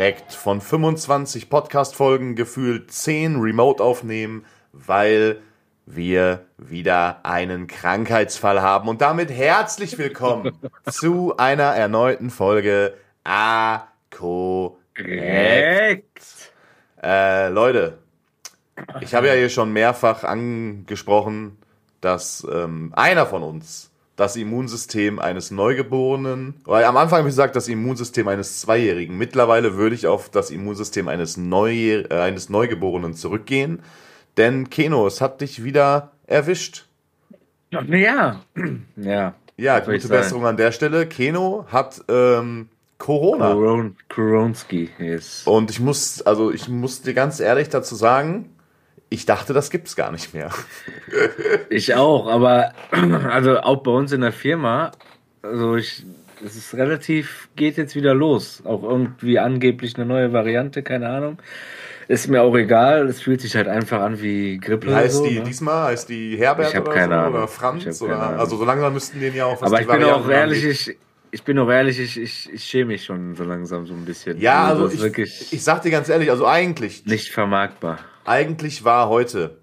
korrekt. Von 25 Podcast-Folgen gefühlt 10 remote aufnehmen, weil wir wieder einen Krankheitsfall haben. Und damit herzlich willkommen zu einer erneuten Folge korrekt. Leute, ich habe ja hier schon mehrfach angesprochen, dass einer von uns das Immunsystem eines Neugeborenen, oder am Anfang habe ich gesagt, das Immunsystem eines Zweijährigen. Mittlerweile würde ich auf das Immunsystem eines Neugeborenen zurückgehen. Denn Keno, es hat dich wieder erwischt. Ja. Ja, gute Besserung an der Stelle. Keno hat Corona. Koronski, yes. Und ich muss dir ganz ehrlich dazu sagen, ich dachte, das gibt's gar nicht mehr. Ich auch, aber also auch bei uns in der Firma, es ist relativ, geht jetzt wieder los. Auch irgendwie angeblich eine neue Variante, keine Ahnung. Ist mir auch egal, es fühlt sich halt einfach an wie Grippe. Wie heißt die diesmal? Heißt die Herbert ich oder keine so? Ahnung. Oder Franz? Also so langsam müssten denen ja auch was aber die ich bin Varianten auch ehrlich, angeht. ich bin auch ehrlich, ich schäme mich schon so langsam so ein bisschen. Ja, also das ist wirklich ich sag dir ganz ehrlich, also eigentlich nicht vermarktbar. Eigentlich war heute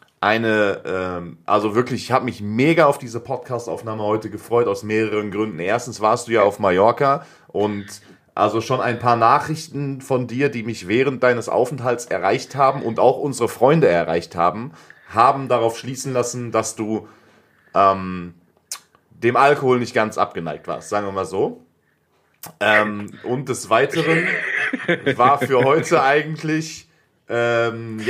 also wirklich, ich habe mich mega auf diese Podcast-Aufnahme heute gefreut, aus mehreren Gründen. Erstens warst du ja auf Mallorca und also schon ein paar Nachrichten von dir, die mich während deines Aufenthalts erreicht haben und auch unsere Freunde erreicht haben, haben darauf schließen lassen, dass du dem Alkohol nicht ganz abgeneigt warst, sagen wir mal so. Und des Weiteren war für heute eigentlich ein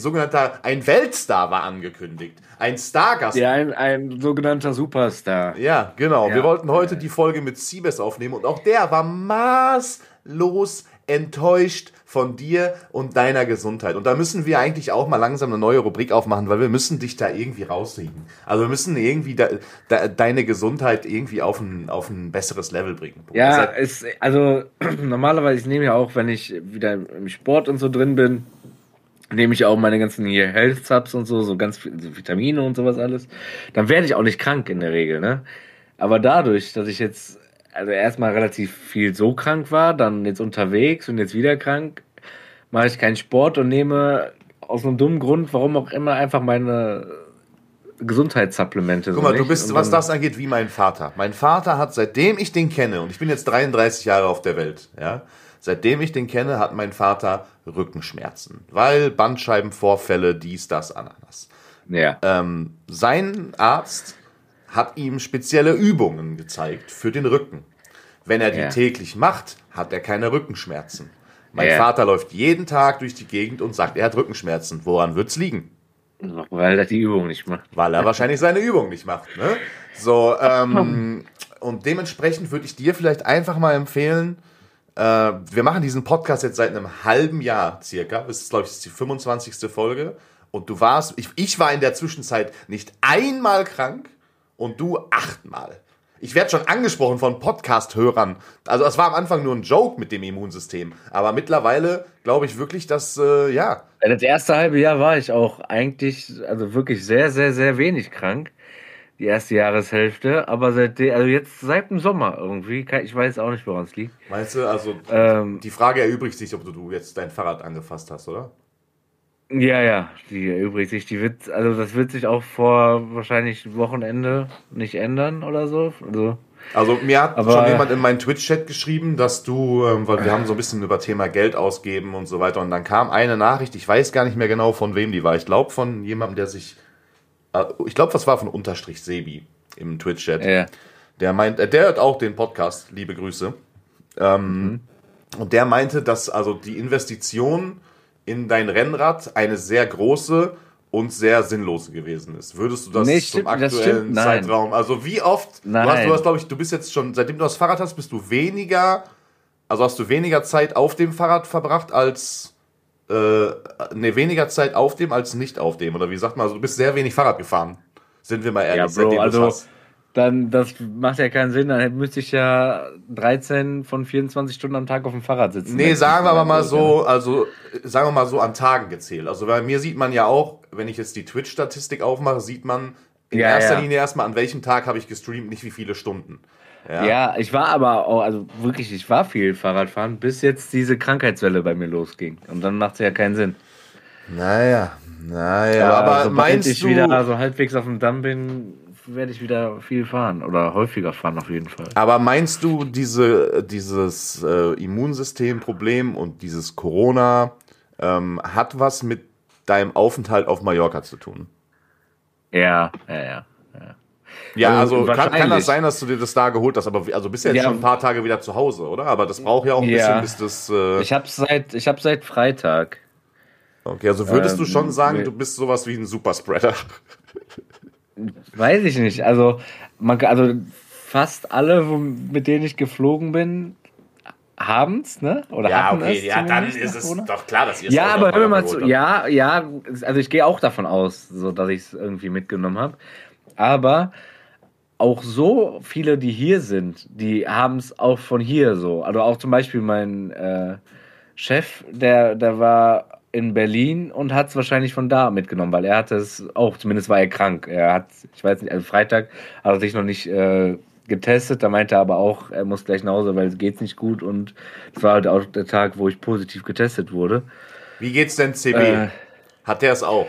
Weltstar war angekündigt. Ein Stargast. Ja, ein sogenannter Superstar. Ja, genau. Ja. Wir wollten heute die Folge mit Siebes aufnehmen und auch der war maßlos enttäuscht von dir und deiner Gesundheit. Und da müssen wir eigentlich auch mal langsam eine neue Rubrik aufmachen, weil wir müssen dich da irgendwie rausheben. Also wir müssen irgendwie deine Gesundheit irgendwie auf ein besseres Level bringen. Ja, normalerweise, ich nehme ja auch, wenn ich wieder im Sport und so drin bin, nehme ich auch meine ganzen hier Health Subs und so ganz viel, so Vitamine und sowas alles. Dann werde ich auch nicht krank in der Regel, ne? Aber dadurch, dass ich jetzt also erstmal relativ viel so krank war, dann jetzt unterwegs und jetzt wieder krank, mache ich keinen Sport und nehme aus einem dummen Grund, warum auch immer, einfach meine Gesundheitssupplemente. Guck mal, du bist, was das angeht, wie mein Vater. Mein Vater hat, seitdem ich den kenne, und ich bin jetzt 33 Jahre auf der Welt, ja, seitdem ich den kenne, hat mein Vater Rückenschmerzen. Weil Bandscheibenvorfälle, dies, das, Ananas. Ja. Sein Arzt hat ihm spezielle Übungen gezeigt für den Rücken. Wenn er die täglich macht, hat er keine Rückenschmerzen. Mein Vater läuft jeden Tag durch die Gegend und sagt, er hat Rückenschmerzen. Woran wird's liegen? Weil er die Übung nicht macht. Weil er wahrscheinlich seine Übung nicht macht. Ne? So, und dementsprechend würde ich dir vielleicht einfach mal empfehlen, wir machen diesen Podcast jetzt seit einem halben Jahr circa. Das ist, glaube ich, die 25. Folge. Und ich war in der Zwischenzeit nicht einmal krank und du 8-mal. Ich werde schon angesprochen von Podcast-Hörern. Also es war am Anfang nur ein Joke mit dem Immunsystem. Aber mittlerweile glaube ich wirklich, dass, Das erste halbe Jahr war ich auch eigentlich, also wirklich sehr, sehr, sehr wenig krank. Die erste Jahreshälfte. Aber seit dem Sommer irgendwie. Ich weiß auch nicht, woran es liegt. Meinst du, also die Frage erübrigt sich, ob du jetzt dein Fahrrad angefasst hast, oder? Ja, die erübrigt sich. Das wird sich auch vor wahrscheinlich Wochenende nicht ändern oder so. Also mir hat schon jemand in meinen Twitch-Chat geschrieben, dass du, weil wir haben so ein bisschen über Thema Geld ausgeben und so weiter, und dann kam eine Nachricht, ich weiß gar nicht mehr genau, von wem die war. Ich glaube von jemandem, das war von Unterstrich Sebi im Twitch-Chat. Ja. Der hört auch den Podcast, liebe Grüße. Und der meinte, dass also die Investition in dein Rennrad eine sehr große und sehr sinnlose gewesen ist. Würdest du das zum aktuellen Zeitraum, also wie oft, Nein. du hast, glaube ich, du bist jetzt schon, seitdem du das Fahrrad hast, hast du weniger Zeit auf dem Fahrrad verbracht als, weniger Zeit auf dem als nicht auf dem, oder wie sagt man, also du bist sehr wenig Fahrrad gefahren, sind wir mal ehrlich, Ja, Bro, seitdem du es hast. Dann, das macht ja keinen Sinn, dann müsste ich ja 13 von 24 Stunden am Tag auf dem Fahrrad sitzen. Nee, sagen wir mal so an Tagen gezählt. Also bei mir sieht man ja auch, wenn ich jetzt die Twitch-Statistik aufmache, sieht man in erster Linie erstmal, an welchem Tag habe ich gestreamt, nicht wie viele Stunden. Ja, ich war aber auch, also wirklich, ich war viel Fahrradfahren, bis jetzt diese Krankheitswelle bei mir losging. Und dann macht es ja keinen Sinn. Naja, aber sobald meinst ich du, wieder so halbwegs auf dem Damm bin, werde ich wieder viel fahren oder häufiger fahren auf jeden Fall. aber meinst du dieses Immunsystemproblem und dieses Corona hat was mit deinem Aufenthalt auf Mallorca zu tun? Ja. Ja, also kann das wahrscheinlich. sein, dass du dir das da geholt hast, aber also bist ja jetzt Ja. schon ein paar Tage wieder zu Hause, oder? Aber das braucht ja auch ein bisschen, Ja. bis das. Ich hab seit Freitag. Okay, also würdest du schon sagen, wir- du bist sowas wie ein Superspreader? Weiß ich nicht. Also fast alle, mit denen ich geflogen bin, haben's, ne? Oder hatten es zumindest nach Corona. doch klar, dass ihr Ja, aber hör mir mal zu. Ja, also ich gehe auch davon aus, so dass ich es irgendwie mitgenommen habe. Aber auch so viele, die hier sind, die haben es auch von hier so. Also auch zum Beispiel mein Chef, der war in Berlin und hat es wahrscheinlich von da mitgenommen, weil er hatte es auch, zumindest war er krank. Er hat, ich weiß nicht, also Freitag hat er sich noch nicht getestet, da meinte er aber auch, er muss gleich nach Hause, weil es geht's nicht gut und es war halt auch der Tag, wo ich positiv getestet wurde. Wie geht's denn CB? Hat der es auch?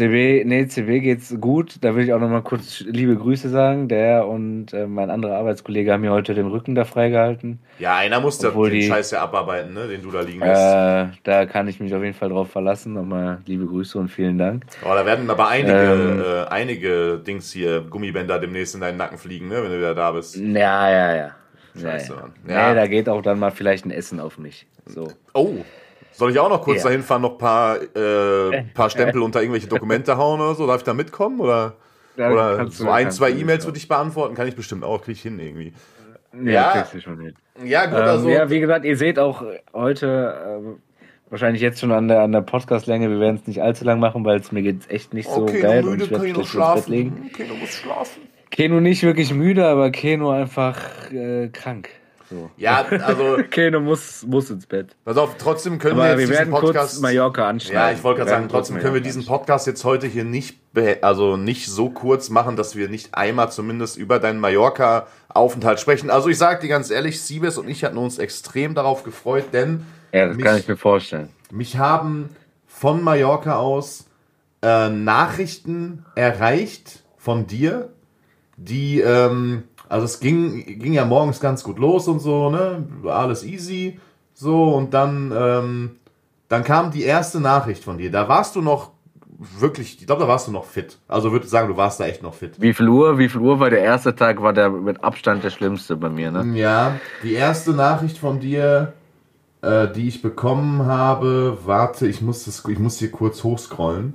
CB geht's gut. Da will ich auch nochmal kurz liebe Grüße sagen. Der und mein anderer Arbeitskollege haben mir heute den Rücken da freigehalten. Ja, einer muss Obwohl den die- Scheiß ja abarbeiten, ne, den du da liegen lässt. Da kann ich mich auf jeden Fall drauf verlassen. Nochmal liebe Grüße und vielen Dank. Oh, da werden aber einige Dings hier, Gummibänder demnächst in deinen Nacken fliegen, ne, wenn du wieder da bist. Ja. Scheiße, Ja. Mann. Ja. Nee, da geht auch dann mal vielleicht ein Essen auf mich. So. Oh, soll ich auch noch kurz Ja. dahin fahren, noch ein paar Stempel unter irgendwelche Dokumente hauen oder so? Darf ich da mitkommen? Oder Kannst so du- ein, kannst zwei du E-Mails mitkommen. würde ich beantworten? Kann ich bestimmt auch, kriege ich hin irgendwie. Nee, Ja. kriegst du schon hin. Ja, gut, also. Ja, wie gesagt, ihr seht auch heute wahrscheinlich jetzt schon an der Podcast-Länge, wir werden es nicht allzu lang machen, weil es mir geht's echt nicht so okay, geil du und müde, ich werde Keno schlecht ins Bett legen. schlafen. Keno muss schlafen. Keno nicht wirklich müde, aber Keno einfach krank. So. Ja, also, Keno muss ins Bett. pass auf, trotzdem können wir Aber jetzt wir diesen werden Podcast. kurz Mallorca anschneiden. Ja, ich wollte gerade sagen, werden kurz trotzdem können wir Mallorca diesen Podcast jetzt heute hier nicht so kurz machen, dass wir nicht einmal zumindest über deinen Mallorca-Aufenthalt sprechen. Also ich sage dir ganz ehrlich, Siebes und ich hatten uns extrem darauf gefreut, denn Ja, das kann ich mir vorstellen. mich haben von Mallorca aus Nachrichten erreicht von dir, die, also es ging ja morgens ganz gut los und so, ne, alles easy, so, und dann kam die erste Nachricht von dir. Da warst du noch wirklich, ich glaube, da warst du noch fit. Also würde ich sagen, du warst da echt noch fit. Wie viel Uhr war der erste Tag, war der mit Abstand der schlimmste bei mir, ne? Ja, die erste Nachricht von dir, die ich bekommen habe, warte, ich muss hier kurz hochscrollen.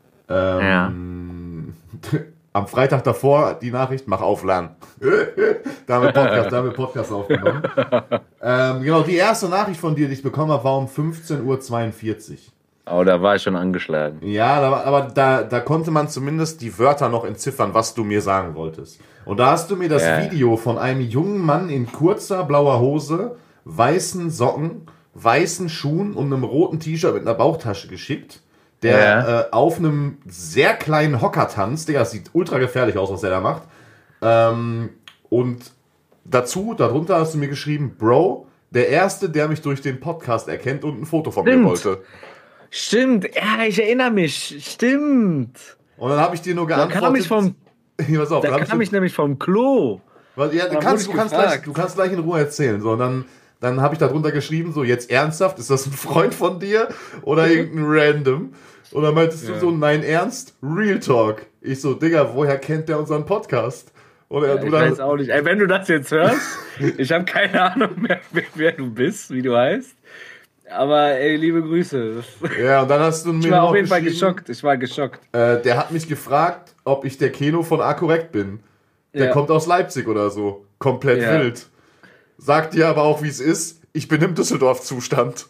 Am Freitag davor die Nachricht, mach auf LAN. da haben wir Podcast aufgenommen. Genau, die erste Nachricht von dir, die ich bekommen habe, war um 15:42 Uhr. Oh, da war ich schon angeschlagen. Ja, aber da konnte man zumindest die Wörter noch entziffern, was du mir sagen wolltest. Und da hast du mir das Video von einem jungen Mann in kurzer blauer Hose, weißen Socken, weißen Schuhen und einem roten T-Shirt mit einer Bauchtasche geschickt, der auf einem sehr kleinen Hocker tanzt. Digga, das sieht ultra gefährlich aus, was der da macht. Und darunter hast du mir geschrieben, Bro, der Erste, der mich durch den Podcast erkennt und ein Foto von mir wollte. Stimmt, ja, ich erinnere mich, stimmt. Und dann habe ich dir nur geantwortet. Pass auf, Da kam ich nämlich vom Klo. Ja, du kannst gleich in Ruhe erzählen. So, und dann habe ich darunter geschrieben, so, jetzt ernsthaft, ist das ein Freund von dir oder irgendein Random? Und dann meintest du so, nein, ernst, Real Talk. Ich so, Digga, woher kennt der unseren Podcast? Oder Ich weiß auch nicht. Ey, wenn du das jetzt hörst, ich habe keine Ahnung mehr, wer du bist, wie du heißt. Aber ey, liebe Grüße. Ja, und dann hast du mir Ich war noch auf jeden Fall geschrieben, geschockt. Ich war geschockt. der hat mich gefragt, ob ich der Keno von A-Korrekt bin. Der Ja. kommt aus Leipzig oder so. Komplett Ja. wild. Sagt dir aber auch, wie es ist. Ich bin im Düsseldorf-Zustand.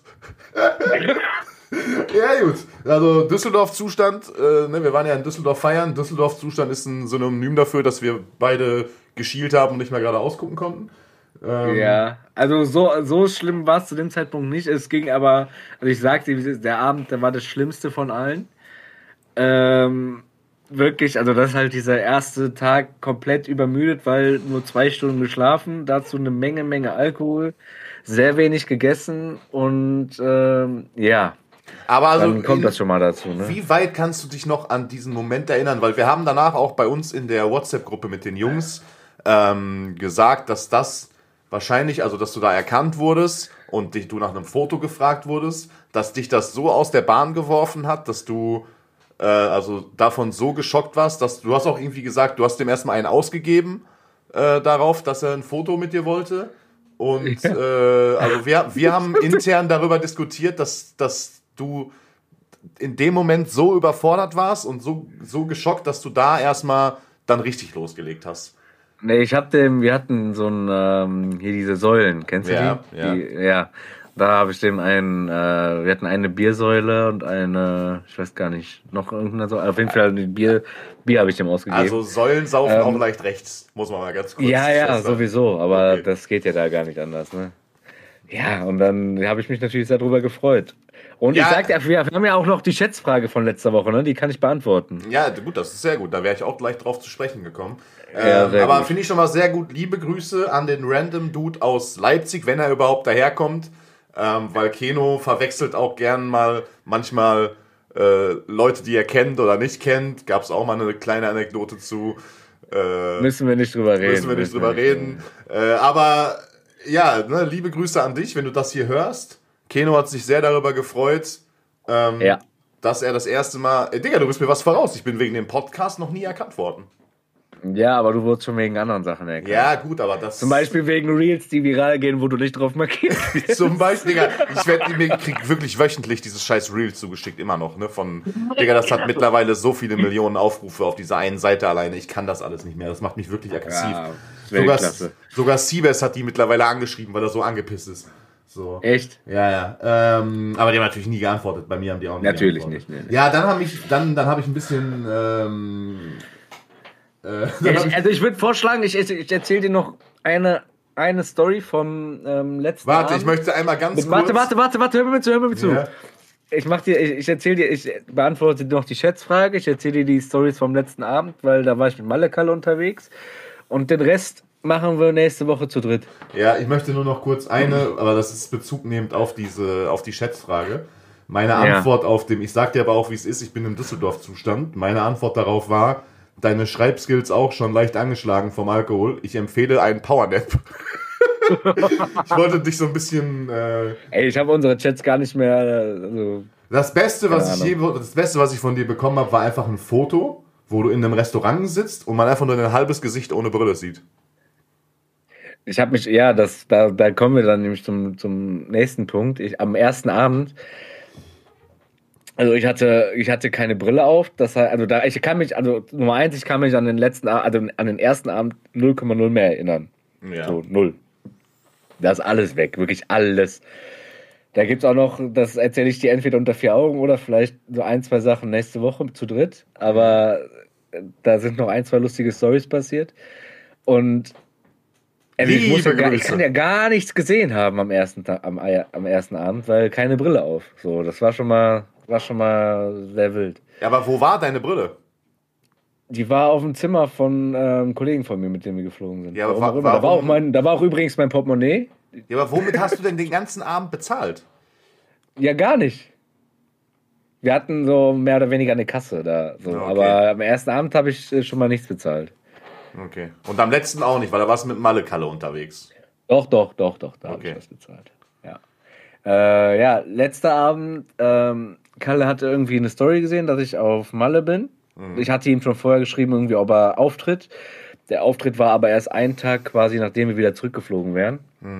Ja, gut. Also Düsseldorf-Zustand, ne, wir waren ja in Düsseldorf feiern. Düsseldorf-Zustand ist ein Synonym dafür, dass wir beide geschielt haben und nicht mehr gerade ausgucken konnten. Ja, also so schlimm war es zu dem Zeitpunkt nicht. Es ging aber, also ich sagte, der Abend, der war das Schlimmste von allen. wirklich, also das ist halt dieser erste Tag komplett übermüdet, weil nur 2 Stunden geschlafen, dazu eine Menge Alkohol, sehr wenig gegessen und ja, Aber also dann kommt das schon mal dazu. Ne? Wie weit kannst du dich noch an diesen Moment erinnern? Weil wir haben danach auch bei uns in der WhatsApp-Gruppe mit den Jungs gesagt, dass das wahrscheinlich, also dass du da erkannt wurdest und du nach einem Foto gefragt wurdest, dass dich das so aus der Bahn geworfen hat, dass du also davon so geschockt warst, dass du hast auch irgendwie gesagt, du hast dem erstmal einen ausgegeben darauf, dass er ein Foto mit dir wollte. Und also wir haben intern darüber diskutiert, dass du in dem Moment so überfordert warst und so geschockt, dass du da erstmal dann richtig losgelegt hast. Nee, wir hatten so ein, hier diese Säulen, kennst du die? Ja. Ja, da habe ich dem wir hatten eine Biersäule und eine, ich weiß gar nicht, noch irgendeine Säule, auf jeden Fall Bier habe ich dem ausgegeben. Also Säulen saufen auch leicht rechts, muss man mal ganz kurz Ja, sowieso, aber okay. Das geht ja da gar nicht anders, ne? Ja, und dann habe ich mich natürlich darüber gefreut. Und Ja. ich sag dir, wir haben ja auch noch die Schätzfrage von letzter Woche, ne? Die kann ich beantworten. Ja, gut, das ist sehr gut. Da wäre ich auch gleich drauf zu sprechen gekommen. Ja, sehr aber gut. finde ich schon mal sehr gut. Liebe Grüße an den Random Dude aus Leipzig, wenn er überhaupt daherkommt. Weil Keno verwechselt auch gern mal manchmal Leute, die er kennt oder nicht kennt. Gab es auch mal eine kleine Anekdote zu. Müssen wir nicht drüber reden. Müssen wir nicht drüber reden. Aber ja, ne, liebe Grüße an dich, wenn du das hier hörst. Keno hat sich sehr darüber gefreut, Ja. dass er das erste Mal... Digga, du bist mir was voraus. Ich bin wegen dem Podcast noch nie erkannt worden. Ja, aber du wurdest schon wegen anderen Sachen erkannt. Ja, gut, aber das... Zum Beispiel wegen Reels, die viral gehen, wo du nicht drauf markiert wirst. Zum Beispiel, Digga, mir kriegt wirklich wöchentlich dieses scheiß Reel zugeschickt, immer noch, ne, Digga, das hat mittlerweile so viele Millionen Aufrufe auf dieser einen Seite alleine, ich kann das alles nicht mehr, das macht mich wirklich aggressiv. Ja, sogar Siebes hat die mittlerweile angeschrieben, weil er so angepisst ist. So. Echt? Ja. Aber die haben natürlich nie geantwortet, bei mir haben die auch nie Natürlich geantwortet. nicht. Nee. Ja, dann habe ich ein bisschen... Also ich würde vorschlagen, ich erzähle dir noch eine Story vom letzten Warte, Abend. ich möchte einmal ganz kurz... Warte, hör mir zu. Ja. Ich beantworte dir noch die Schätzfrage, ich erzähle dir die Stories vom letzten Abend, weil da war ich mit Mallekalle unterwegs und den Rest machen wir nächste Woche zu dritt. Ja, ich möchte nur noch kurz aber das ist bezugnehmend auf die Schätzfrage. Meine Antwort auf dem, ich sag dir aber auch, wie es ist, ich bin im Düsseldorf-Zustand. Meine Antwort darauf war, deine Schreibskills auch schon leicht angeschlagen vom Alkohol. Ich empfehle einen Powernap. Ich wollte dich so ein bisschen... Ey, ich habe unsere Chats gar nicht mehr... Also, Das Beste, was ich von dir bekommen habe, war einfach ein Foto, wo du in einem Restaurant sitzt und man einfach nur dein halbes Gesicht ohne Brille sieht. ich habe mich... Ja, da kommen wir dann nämlich zum nächsten Punkt. Am ersten Abend... Also ich hatte keine Brille auf, das heißt, Nummer eins, ich kann mich an den ersten Abend 0,0 mehr erinnern. Ja. So, 0. Da ist alles weg, wirklich alles. Da gibt's auch noch, das erzähle ich dir entweder unter 4 Augen oder vielleicht so 1, 2 Sachen nächste Woche zu dritt. Aber da sind noch 1, 2 lustige Storys passiert. Und ich kann ja gar nichts gesehen haben am ersten Abend, weil keine Brille auf. So, das war schon mal sehr wild. Ja, aber wo war deine Brille? Die war auf dem Zimmer von einem Kollegen von mir, mit dem wir geflogen sind. Ja, aber da war auch übrigens mein Portemonnaie. Ja, aber womit hast du denn den ganzen Abend bezahlt? Ja, gar nicht. Wir hatten so mehr oder weniger eine Kasse da. So. Okay. Aber am ersten Abend habe ich schon mal nichts bezahlt. Okay. Und am letzten auch nicht, weil da warst du mit Mallekalle unterwegs. Doch, da habe ich was bezahlt. Ja. Letzter Abend, Kalle hatte irgendwie eine Story gesehen, dass ich auf Malle bin. Ich hatte ihm schon vorher geschrieben, irgendwie, ob er auftritt. Der Auftritt war aber erst einen Tag quasi, nachdem wir wieder zurückgeflogen wären.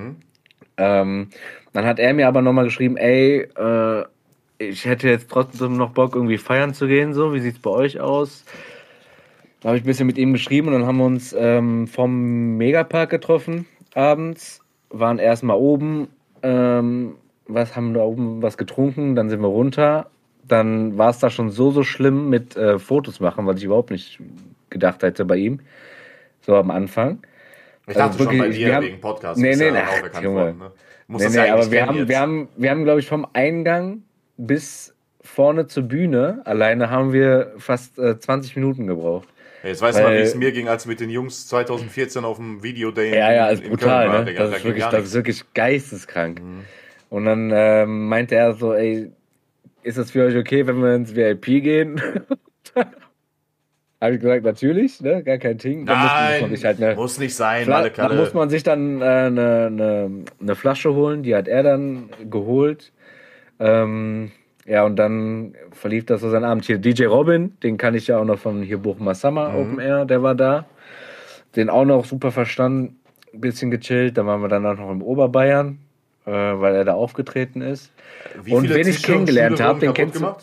Dann hat er mir aber nochmal geschrieben, ey, ich hätte jetzt trotzdem noch Bock, irgendwie feiern zu gehen, so, wie sieht's bei euch aus? Da habe ich ein bisschen mit ihm geschrieben und dann haben wir uns vom Megapark getroffen, abends, waren erstmal oben, haben da oben was getrunken, dann sind wir runter. Dann war es da schon so schlimm mit Fotos machen, was ich überhaupt nicht gedacht hätte bei ihm. So am Anfang. Ich dachte schon bei dir wegen Podcast. Nee, Junge. Aber wir haben, glaube ich, vom Eingang bis vorne zur Bühne alleine haben wir fast 20 Minuten gebraucht. Jetzt weißt du mal, wie es mir ging, als mit den Jungs 2014 auf dem Videoday ist brutal, Köln war, ne? Das ist wirklich geisteskrank. Und dann meinte er so, ey, ist das für euch okay, wenn wir ins VIP gehen? Habe ich gesagt, natürlich, ne? Gar kein Ding. Nein, halt muss nicht sein. Da muss man sich dann eine Flasche holen, die hat er dann geholt. Ja, und dann verlief das so sein Abend. Hier DJ Robin, den kann ich ja auch noch von hier Bochumer Summer Open Air, der war da. Den auch noch super verstanden, ein bisschen gechillt. Da waren wir dann auch noch im Oberbayern, weil er da aufgetreten ist. Und wen ich kennengelernt habe, den kennst du.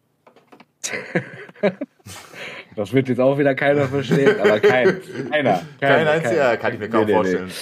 Das wird jetzt auch wieder keiner verstehen, aber keiner. Kein einziger, kann ich mir kaum vorstellen.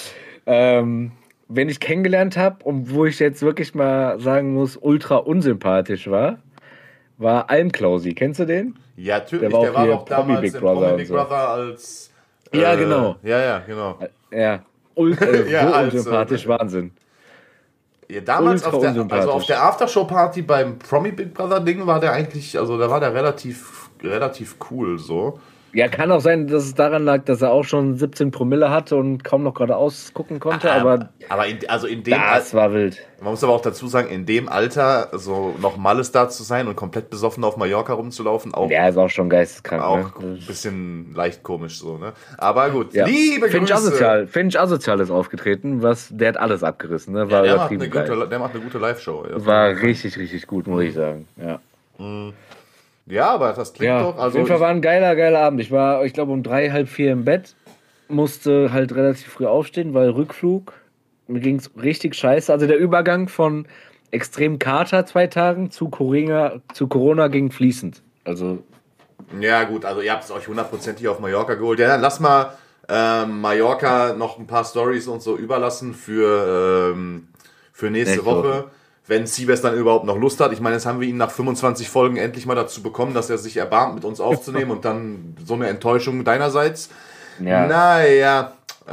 Wen ich kennengelernt habe und wo ich jetzt wirklich mal sagen muss, ultra unsympathisch war Almklausi. Kennst du den? Ja, natürlich. Der war auch damals Big Brother Big Brother als... ja, genau. Ja, genau. Ja, unsympathisch, Wahnsinn. Ja, damals auf der Aftershow-Party beim Promi Big Brother Ding war der eigentlich, also da war der relativ cool so. Ja, kann auch sein, dass es daran lag, dass er auch schon 17 Promille hatte und kaum noch geradeaus gucken konnte, aber in dem das war wild. Man muss aber auch dazu sagen, in dem Alter so noch Malles-Star zu sein und komplett besoffen auf Mallorca rumzulaufen, auch ist auch schon geisteskrank. Auch ein bisschen leicht komisch so, ne? Aber gut, ja. Liebe Grüße. Finch Asozial ist aufgetreten, der hat alles abgerissen, ne? War der macht eine gute Live-Show. Ja. War richtig, richtig gut, muss ich sagen, ja. Ja, aber das klingt doch... auf jeden Fall war ein geiler Abend. Ich war, ich glaube, um 3, halb 4 im Bett. Musste halt relativ früh aufstehen, weil Rückflug. Mir ging es richtig scheiße. Also der Übergang von extrem Kater 2 Tagen zu Corona ging fließend. Also... Ja gut, also ihr habt es euch 100% auf Mallorca geholt. Ja, dann lass mal Mallorca noch ein paar Storys und so überlassen für nächste Woche. Wenn Siebes dann überhaupt noch Lust hat. Ich meine, jetzt haben wir ihn nach 25 Folgen endlich mal dazu bekommen, dass er sich erbarmt, mit uns aufzunehmen und dann so eine Enttäuschung deinerseits. Ja. Naja,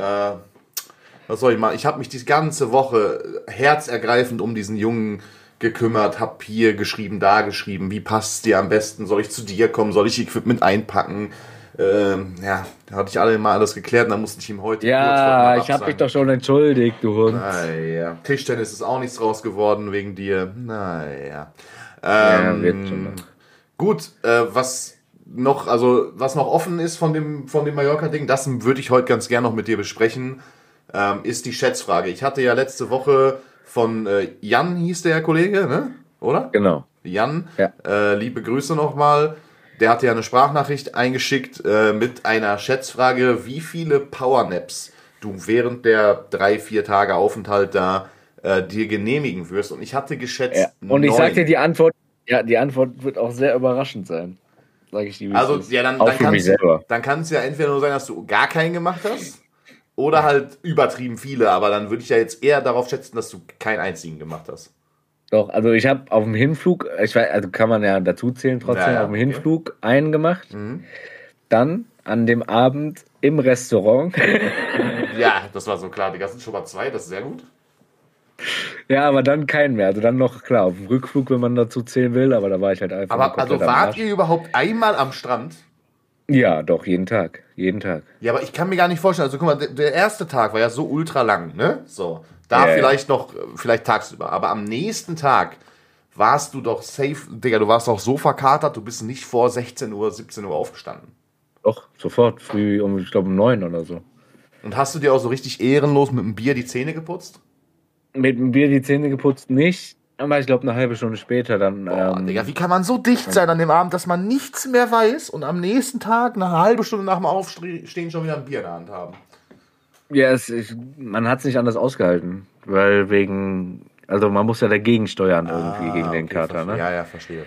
was soll ich machen? Ich habe mich die ganze Woche herzergreifend um diesen Jungen gekümmert, hab hier geschrieben, da geschrieben, wie passt es dir am besten? Soll ich zu dir kommen? Soll ich Equipment einpacken? Da hatte ich alle mal alles geklärt und dann musste ich ihm heute ich habe mich doch schon entschuldigt, du Hund. Naja, Tischtennis ist auch nichts raus geworden wegen dir. Naja. Wird schon noch. Gut, was noch offen ist von dem Mallorca-Ding, das würde ich heute ganz gerne noch mit dir besprechen, ist die Schätzfrage. Ich hatte ja letzte Woche von Jan, hieß der Kollege, ne? Oder? Genau. Jan, liebe Grüße nochmal. Der hatte ja eine Sprachnachricht eingeschickt mit einer Schätzfrage, wie viele Powernaps du während der 3-4 Tage Aufenthalt da dir genehmigen wirst. Und ich hatte geschätzt 9. Und ich sag dir die Antwort wird auch sehr überraschend sein. Sag ich dir. Also, dann kann es ja entweder nur sein, dass du gar keinen gemacht hast oder halt übertrieben viele. Aber dann würde ich ja jetzt eher darauf schätzen, dass du keinen einzigen gemacht hast. Doch, also ich habe auf dem Hinflug, also kann man ja dazu zählen trotzdem, auf dem Hinflug einen gemacht. Dann an dem Abend im Restaurant. Ja, das war so klar. Die ganzen schon mal 2, das ist sehr gut. Ja, aber dann keinen mehr. Also dann noch, klar, auf dem Rückflug, wenn man dazu zählen will, aber da war ich halt einfach. Aber also wart ihr überhaupt einmal am Strand? Ja, doch, jeden Tag. Ja, aber ich kann mir gar nicht vorstellen, also guck mal, der erste Tag war ja so ultra lang, ne? So. Da vielleicht tagsüber. Aber am nächsten Tag warst du doch safe, Digga, du warst doch so verkatert, du bist nicht vor 16 Uhr, 17 Uhr aufgestanden. Doch, sofort, früh ich glaube um 9 oder so. Und hast du dir auch so richtig ehrenlos mit dem Bier die Zähne geputzt? Mit dem Bier die Zähne geputzt nicht, aber ich glaube eine halbe Stunde später dann... Digga, wie kann man so dicht sein an dem Abend, dass man nichts mehr weiß und am nächsten Tag, eine halbe Stunde nach dem Aufstehen, schon wieder ein Bier in der Hand haben? Ja, man hat es nicht anders ausgehalten, weil also man muss ja dagegen steuern irgendwie gegen den Kater, verstehe. Ne? Ja, verstehe.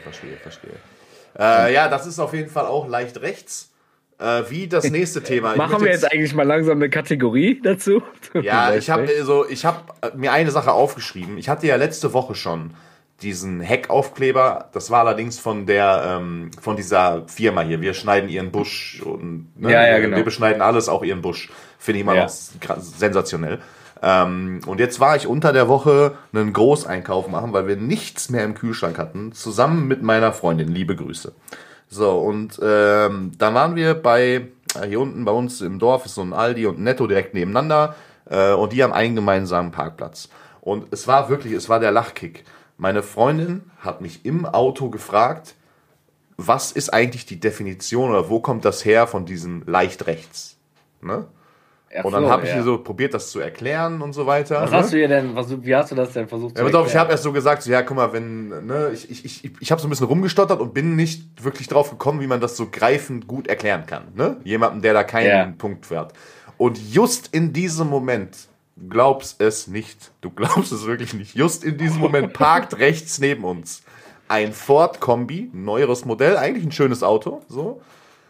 Ja, das ist auf jeden Fall auch leicht rechts. Wie das nächste Thema. Machen wir jetzt eigentlich mal langsam eine Kategorie dazu? Ja, ich habe mir eine Sache aufgeschrieben. Ich hatte ja letzte Woche schon diesen Heckaufkleber. Das war allerdings von dieser Firma hier. Wir schneiden ihren Busch und genau. Wir beschneiden alles, auch ihren Busch. Finde ich immer noch sensationell. Und jetzt war ich unter der Woche einen Großeinkauf machen, weil wir nichts mehr im Kühlschrank hatten, zusammen mit meiner Freundin. Liebe Grüße. So, und dann waren wir hier unten bei uns im Dorf ist so ein Aldi und ein Netto direkt nebeneinander und die haben einen gemeinsamen Parkplatz. Und es war der Lachkick. Meine Freundin hat mich im Auto gefragt, was ist eigentlich die Definition oder wo kommt das her von diesem leicht rechts? Ne? Und dann habe ich ihr so probiert, das zu erklären und so weiter. Was hast du ihr denn, wie hast du das denn versucht zu erklären? Ich habe erst so gesagt, so, ja, guck mal, ich habe so ein bisschen rumgestottert und bin nicht wirklich drauf gekommen, wie man das so greifend gut erklären kann. Ne? Jemandem, der da keinen Punkt für hat. Und just in diesem Moment, glaubst es nicht, du glaubst es wirklich nicht, just in diesem Moment parkt rechts neben uns ein Ford Kombi, neueres Modell, eigentlich ein schönes Auto. So.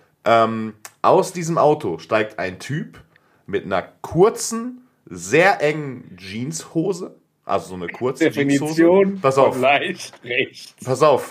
Aus diesem Auto steigt ein Typ mit einer kurzen, sehr engen Jeanshose. Also so eine kurze Definition Jeanshose. Pass auf. Leicht rechts. Pass auf.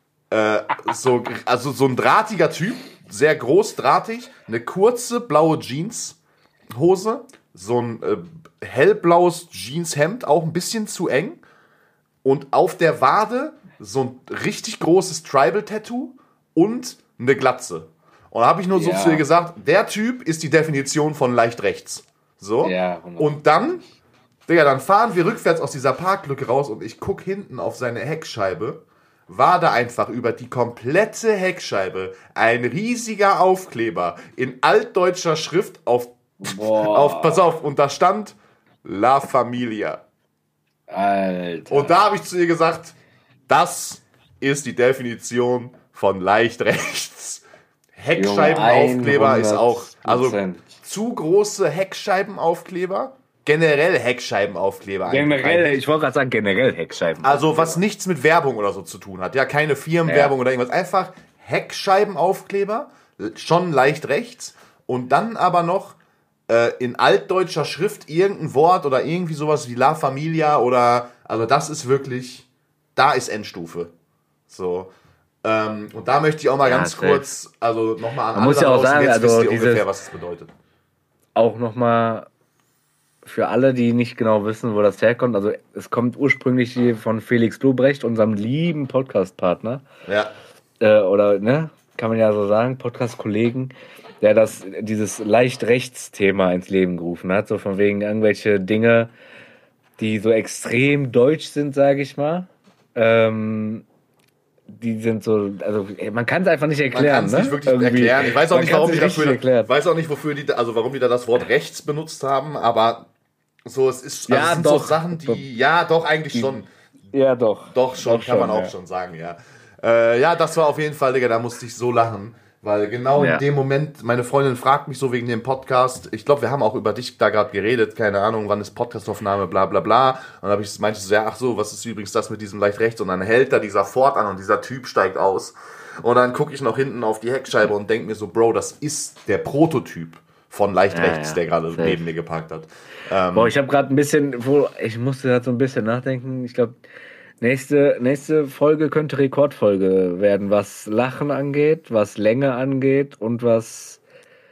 So ein drahtiger Typ, sehr groß, drahtig, eine kurze blaue Jeanshose, so ein hellblaues Jeanshemd, auch ein bisschen zu eng. Und auf der Wade so ein richtig großes Tribal-Tattoo und eine Glatze. Und da habe ich nur so zu ihr gesagt, der Typ ist die Definition von leicht rechts. So. Ja, und dann, Digga, dann fahren wir rückwärts aus dieser Parklücke raus und ich gucke hinten auf seine Heckscheibe, war da einfach über die komplette Heckscheibe ein riesiger Aufkleber in altdeutscher Schrift pass auf, und da stand La Familia. Alter. Und da habe ich zu ihr gesagt, das ist die Definition von leicht rechts. Heckscheibenaufkleber ist auch, also zu große Heckscheibenaufkleber, generell Heckscheibenaufkleber. Generell, ich wollte gerade sagen, generell Heckscheibenaufkleber. Also was nichts mit Werbung oder so zu tun hat, ja, keine Firmenwerbung oder irgendwas, einfach Heckscheibenaufkleber, schon leicht rechts und dann aber noch in altdeutscher Schrift irgendein Wort oder irgendwie sowas wie La Familia oder, also das ist wirklich, da ist Endstufe. So. Und da möchte ich auch mal ganz kurz, also nochmal an alle da draußen, sagen, jetzt wisst ihr ungefähr, was es bedeutet. Auch nochmal für alle, die nicht genau wissen, wo das herkommt, also es kommt ursprünglich von Felix Lobrecht, unserem lieben Podcast-Partner. Ja. Oder, ne, kann man ja so sagen, Podcast-Kollegen, der dieses leicht rechts-Thema ins Leben gerufen hat, so von wegen irgendwelche Dinge, die so extrem deutsch sind, sage ich mal. Die sind so, also man kann es einfach nicht erklären. Man kann es nicht wirklich erklären. Ich weiß auch nicht, warum die da das Wort rechts benutzt haben, aber so, es ist, also es sind so Sachen, eigentlich schon. Ja, doch. Doch schon, kann man auch schon sagen, ja. Ja, das war auf jeden Fall, Digga, da musste ich so lachen. Weil genau in dem Moment, meine Freundin fragt mich so wegen dem Podcast, ich glaube, wir haben auch über dich da gerade geredet, keine Ahnung, wann ist Podcastaufnahme, bla bla bla. Und dann meinte ich so, ja, ach so, was ist übrigens das mit diesem leicht rechts? Und dann hält da dieser Ford an und dieser Typ steigt aus. Und dann gucke ich noch hinten auf die Heckscheibe und denke mir so, Bro, das ist der Prototyp von leicht rechts, der gerade neben mir geparkt hat. Ich habe gerade ein bisschen, ich musste gerade so ein bisschen nachdenken, ich glaube, Nächste Folge könnte Rekordfolge werden, was Lachen angeht, was Länge angeht und was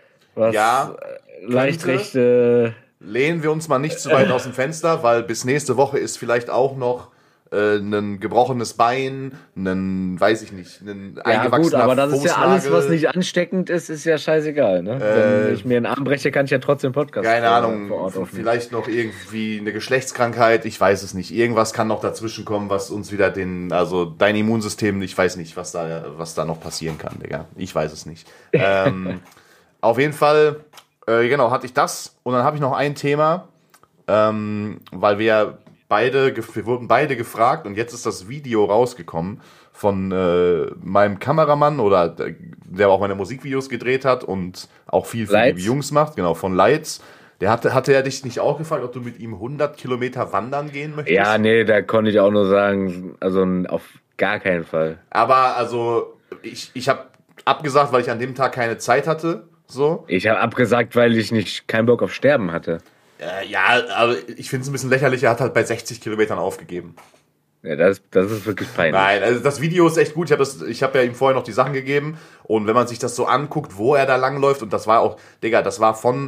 leicht rechte. Lehnen wir uns mal nicht zu weit aus dem Fenster, weil bis nächste Woche ist vielleicht auch noch ein gebrochenes Bein, ein eingewachsener gut, aber das ist ja alles, Fußnagel. was nicht ansteckend ist, ist ja scheißegal. Ne? Wenn ich mir einen Arm breche, kann ich ja trotzdem Podcast keine Ahnung, vielleicht noch irgendwie eine Geschlechtskrankheit, ich weiß es nicht. Irgendwas kann noch dazwischen kommen, was uns wieder dein Immunsystem, ich weiß nicht, was da noch passieren kann, Digga. Ich weiß es nicht. Auf jeden Fall, hatte ich das und dann habe ich noch ein Thema, weil wir wurden beide gefragt und jetzt ist das Video rausgekommen von meinem Kameramann oder der auch meine Musikvideos gedreht hat und auch viel für die Jungs macht, genau, von Lights. Hatte er dich nicht auch gefragt, ob du mit ihm 100 Kilometer wandern gehen möchtest? Ja, nee, da konnte ich auch nur sagen, also auf gar keinen Fall. Aber also, ich habe abgesagt, weil ich an dem Tag keine Zeit hatte. So. Ich habe abgesagt, weil ich keinen Bock auf Sterben hatte. Ja, aber ich finde es ein bisschen lächerlich, er hat halt bei 60 Kilometern aufgegeben. Ja, das ist wirklich peinlich. Nein, also das Video ist echt gut. Ich habe ja ihm vorher noch die Sachen gegeben und wenn man sich das so anguckt, wo er da langläuft und das war auch, Digga, das war von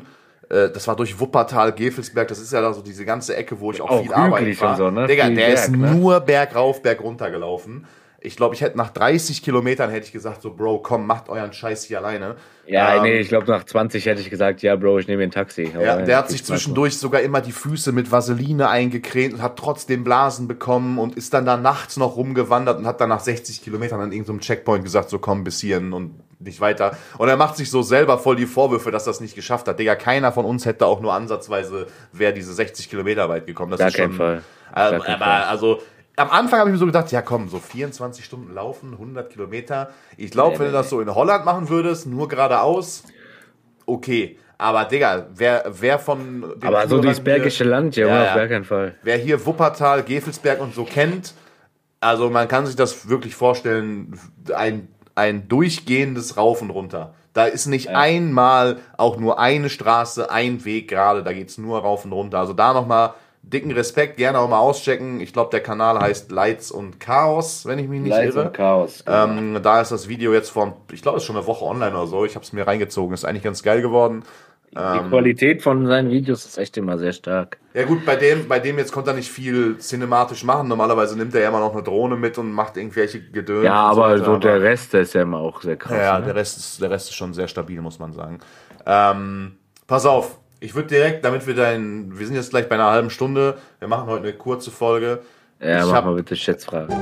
das war durch Wuppertal, Gevelsberg, das ist ja da so diese ganze Ecke, wo ich auch viel arbeite. Und so, ne? Digga, Viel der Berg, ist nur bergauf, bergunter gelaufen. Ich glaube, ich hätte nach 30 Kilometern hätte ich gesagt, so Bro, komm, macht euren Scheiß hier alleine. Ja, nee, ich glaube nach 20 hätte ich gesagt, ja Bro, ich nehme ein Taxi. Ja, der hat sich zwischendurch sogar immer die Füße mit Vaseline eingecremt und hat trotzdem Blasen bekommen und ist dann da nachts noch rumgewandert und hat dann nach 60 Kilometern an irgendeinem Checkpoint gesagt, so komm bis hierhin und nicht weiter. Und er macht sich so selber voll die Vorwürfe, dass er es nicht geschafft hat. Digga, keiner von uns hätte auch nur ansatzweise, wäre diese 60 Kilometer weit gekommen. Das Gar ist kein schon, Fall. aber also am Anfang habe ich mir so gedacht, ja komm, so 24 Stunden laufen, 100 Kilometer. Ich glaube, wenn du das so in Holland machen würdest, nur geradeaus, okay. Aber Digga, wer von den Aber so dieses bergische Land, ja, auf gar keinen Fall. Wer hier Wuppertal, Gevelsberg und so kennt, also man kann sich das wirklich vorstellen, ein durchgehendes Rauf und runter. Da ist nicht einmal auch nur eine Straße, ein Weg gerade, da geht's nur rauf und runter. Also da nochmal dicken Respekt, gerne auch mal auschecken. Ich glaube, der Kanal heißt Lights und Chaos, wenn ich mich nicht Lights irre. und Chaos. Genau. Da ist das Video jetzt ich glaube, es ist schon eine Woche online oder so. Ich habe es mir reingezogen, ist eigentlich ganz geil geworden. Die Qualität von seinen Videos ist echt immer sehr stark. Ja gut, bei dem jetzt konnte er nicht viel cinematisch machen. Normalerweise nimmt er ja immer noch eine Drohne mit und macht irgendwelche Gedöns. Ja, aber so der Rest, der ist ja immer auch sehr krass. Ja, ne? der Rest ist schon sehr stabil, muss man sagen. Pass auf, ich würde direkt, damit wir sind jetzt gleich bei einer halben Stunde, wir machen heute eine kurze Folge. Ja, mach mal bitte Schätzfragen.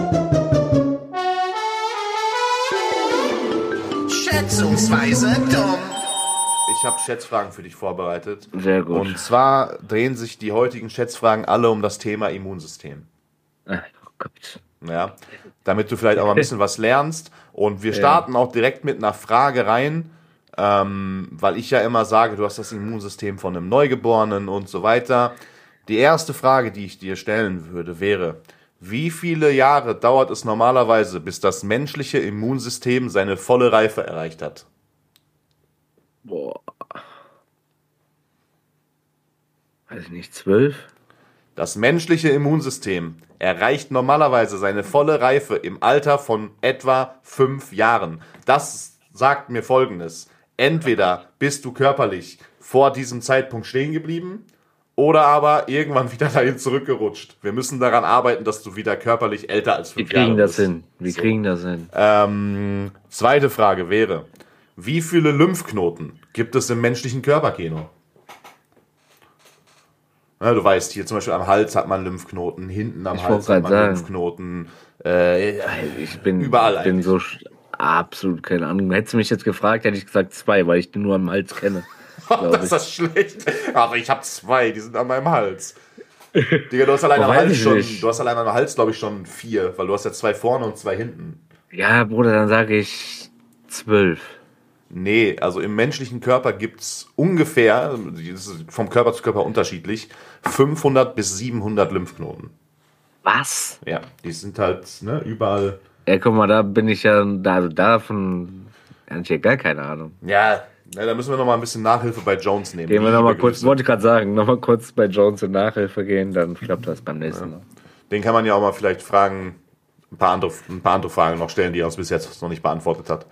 Schätzungsweise dumm. Ich habe Schätzfragen für dich vorbereitet. Sehr gut. Und zwar drehen sich die heutigen Schätzfragen alle um das Thema Immunsystem. Oh Gott. Ja, damit du vielleicht auch mal ein bisschen was lernst. Und wir starten auch direkt mit einer Frage rein, weil ich ja immer sage, du hast das Immunsystem von einem Neugeborenen und so weiter. Die erste Frage, die ich dir stellen würde, wäre, wie viele Jahre dauert es normalerweise, bis das menschliche Immunsystem seine volle Reife erreicht hat? Boah. Weiß ich nicht, 12? Das menschliche Immunsystem erreicht normalerweise seine volle Reife im Alter von etwa 5 Jahren. Das sagt mir Folgendes. Entweder bist du körperlich vor diesem Zeitpunkt stehen geblieben oder aber irgendwann wieder dahin zurückgerutscht. Wir müssen daran arbeiten, dass du wieder körperlich älter als 5 Jahre bist. Wir kriegen das hin. Zweite Frage wäre, wie viele Lymphknoten gibt es im menschlichen Körperkino? Ja, du weißt, hier zum Beispiel am Hals hat man Lymphknoten, hinten am Hals hat man Lymphknoten. Ich bin überall so absolut keine Ahnung. Hättest du mich jetzt gefragt, hätte ich gesagt 2, weil ich den nur am Hals kenne. Das ist das schlecht. Aber ich habe 2, die sind an meinem Hals. Digga, du hast allein am Hals glaube ich schon 4, weil du hast ja 2 vorne und 2 hinten. Ja, Bruder, dann sage ich 12. Nee, also im menschlichen Körper gibt's ungefähr, das ist vom Körper zu Körper unterschiedlich, 500 bis 700 Lymphknoten. Was? Ja, die sind halt überall. Ja, guck mal, da bin ich ja, also davon habe ich ja gar keine Ahnung. Ja, da müssen wir noch mal ein bisschen Nachhilfe bei Jones nehmen. Gehen wir noch mal kurz, wollte ich gerade sagen, noch mal kurz bei Jones in Nachhilfe gehen, dann klappt das beim nächsten Mal. Den kann man ja auch mal vielleicht fragen, ein paar andere Fragen noch stellen, die er uns bis jetzt noch nicht beantwortet hat.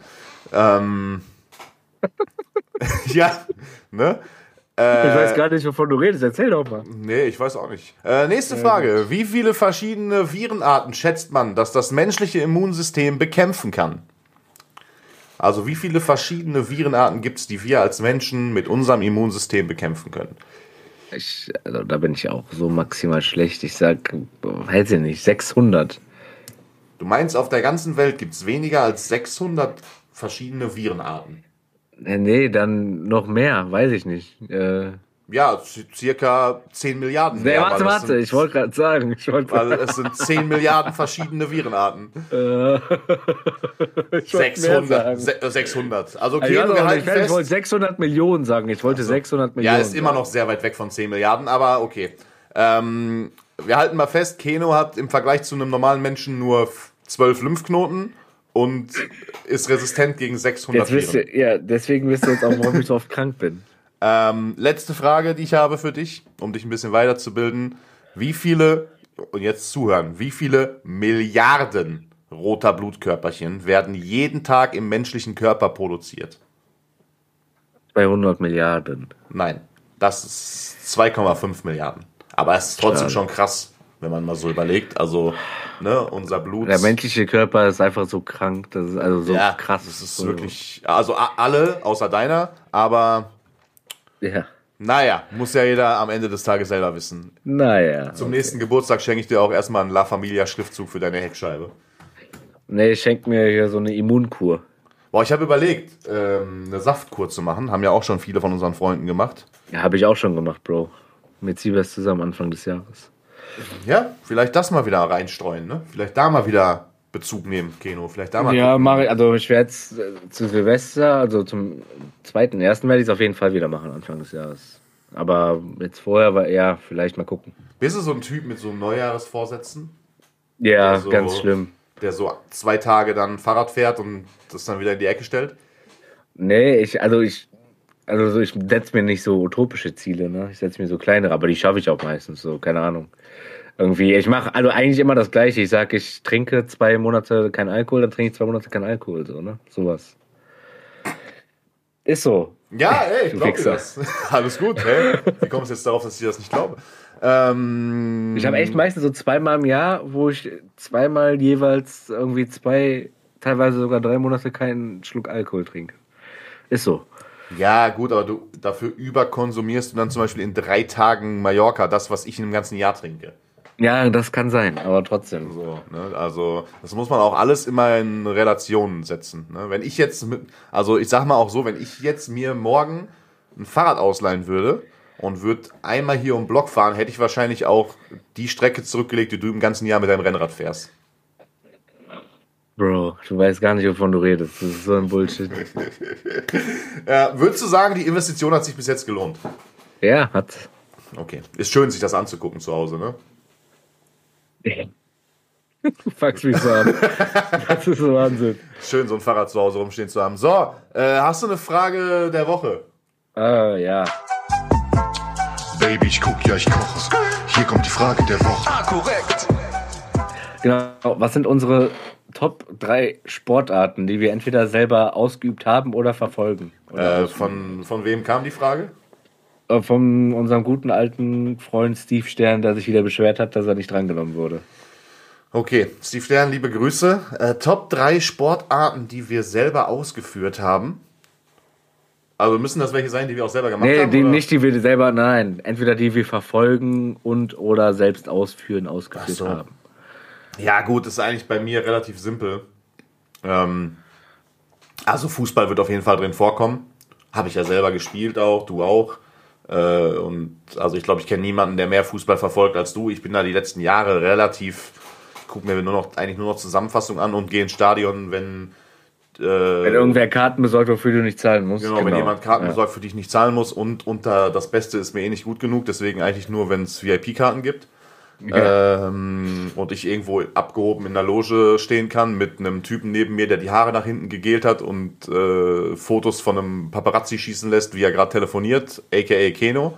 Ja, ne? Ich weiß gar nicht, wovon du redest. Erzähl doch mal. Nee, ich weiß auch nicht. Nächste Frage. Wie viele verschiedene Virenarten schätzt man, dass das menschliche Immunsystem bekämpfen kann? Also wie viele verschiedene Virenarten gibt es, die wir als Menschen mit unserem Immunsystem bekämpfen können? Also da bin ich auch so maximal schlecht. Ich sag, weiß ich nicht, 600. Du meinst, auf der ganzen Welt gibt es weniger als 600 verschiedene Virenarten? Nee, dann noch mehr, weiß ich nicht. Ja, circa 10 Milliarden mehr. Nee, warte, ich wollte gerade sagen. Weil es sind 10 Milliarden verschiedene Virenarten. 600. Also okay, wir halten fest. Ich wollte 600 Millionen sagen. Ich wollte 600 Millionen. Ja, ist immer noch sehr weit weg von 10 Milliarden, aber okay. Wir halten mal fest, Keno hat im Vergleich zu einem normalen Menschen nur 12 Lymphknoten und ist resistent gegen 600 Viren. Ja, deswegen wisst ihr jetzt auch, warum ich so oft krank bin. Letzte Frage, die ich habe für dich, um dich ein bisschen weiterzubilden. Wie viele, und jetzt zuhören, wie viele Milliarden roter Blutkörperchen werden jeden Tag im menschlichen Körper produziert? 200 Milliarden. Nein, Das ist 2,5 Milliarden. Aber es ist trotzdem schon krass, wenn man mal so überlegt. Also, ne, unser Blut. Der menschliche Körper ist einfach so krank. Das ist also so krass. Das ist wirklich, also alle außer deiner, aber ja. Naja, muss ja jeder am Ende des Tages selber wissen. Naja. Zum nächsten Geburtstag schenke ich dir auch erstmal einen La Familia Schriftzug für deine Heckscheibe. Nee, schenk mir hier so eine Immunkur. Boah, ich habe überlegt, eine Saftkur zu machen. Haben ja auch schon viele von unseren Freunden gemacht. Ja, habe ich auch schon gemacht, Bro. Mit Siebers zusammen Anfang des Jahres. Ja, vielleicht das mal wieder reinstreuen, ne? Vielleicht da mal wieder Bezug nehmen, Keno. Vielleicht da mal. Ja, mache ich. Also ich werde es zu Silvester, also zum 2.1. werde ich es auf jeden Fall wieder machen, Anfang des Jahres. Aber jetzt vorher war eher, vielleicht mal gucken. Bist du so ein Typ mit so Neujahresvorsätzen? Ja, so, ganz schlimm. Der so 2 Tage dann Fahrrad fährt und das dann wieder in die Ecke stellt? Nee, ich setze mir nicht so utopische Ziele, ne? Ich setze mir so kleinere, aber die schaffe ich auch meistens so, keine Ahnung. Irgendwie, ich mache also eigentlich immer das Gleiche. Ich sage, ich trinke 2 Monate kein Alkohol, dann trinke ich 2 Monate kein Alkohol, so, ne? Sowas. Ist so. Ja, ey, ich glaube dir Fixer. das. Alles gut, hey. Wie kommst du jetzt darauf, dass ich das nicht glaube? Ich habe echt meistens so 2-mal im Jahr, wo ich 2-mal jeweils irgendwie 2, teilweise sogar 3 Monate keinen Schluck Alkohol trinke. Ist so. Ja, gut, aber du dafür überkonsumierst du dann zum Beispiel in 3 Tagen Mallorca das, was ich in einem ganzen Jahr trinke. Ja, das kann sein, aber trotzdem. So, ne? Also, das muss man auch alles immer in Relationen setzen. Ne? Wenn ich jetzt also ich sag mal auch so, wenn ich jetzt mir morgen ein Fahrrad ausleihen würde und würde einmal hier um den Block fahren, hätte ich wahrscheinlich auch die Strecke zurückgelegt, die du im ganzen Jahr mit deinem Rennrad fährst. Bro, du weißt gar nicht, wovon du redest. Das ist so ein Bullshit. Würdest du sagen, die Investition hat sich bis jetzt gelohnt? Ja, hat. Okay. Ist schön, sich das anzugucken zu Hause, ne? Du fuckst mich so an. Das ist so Wahnsinn. Schön, so ein Fahrrad zu Hause rumstehen zu haben. So, hast du eine Frage der Woche? Ja. Baby, ich guck, ja, ich koche. Hier kommt die Frage der Woche. Korrekt. Genau. Was sind unsere Top 3 Sportarten, die wir entweder selber ausgeübt haben oder verfolgen? Oder Von wem kam die Frage? von unserem guten alten Freund Steve Stern, der sich wieder beschwert hat, dass er nicht drangenommen wurde. Okay, Steve Stern, liebe Grüße. Top 3 Sportarten, die wir selber ausgeführt haben. Also müssen das welche sein, die wir auch selber gemacht haben? Nee, oder? nicht die wir selber, nein. Entweder die wir verfolgen und oder selbst ausführen, ausgeführt Ach so. haben. Ja gut, ist eigentlich bei mir relativ simpel. Also Fußball wird auf jeden Fall drin vorkommen. Habe ich ja selber gespielt auch, du auch. Und also ich glaube, ich kenne niemanden, der mehr Fußball verfolgt als du. Ich bin da die letzten Jahre relativ, gucke mir eigentlich nur noch Zusammenfassungen an und gehe ins Stadion, wenn irgendwer Karten besorgt, wofür du nicht zahlen musst. Genau, wenn jemand Karten besorgt, für die ich nicht zahlen muss und unter das Beste ist mir eh nicht gut genug, deswegen eigentlich nur, wenn es VIP-Karten gibt. Ja. Und ich irgendwo abgehoben in der Loge stehen kann mit einem Typen neben mir, der die Haare nach hinten gegelt hat und Fotos von einem Paparazzi schießen lässt, wie er gerade telefoniert, a.k.a. Keno.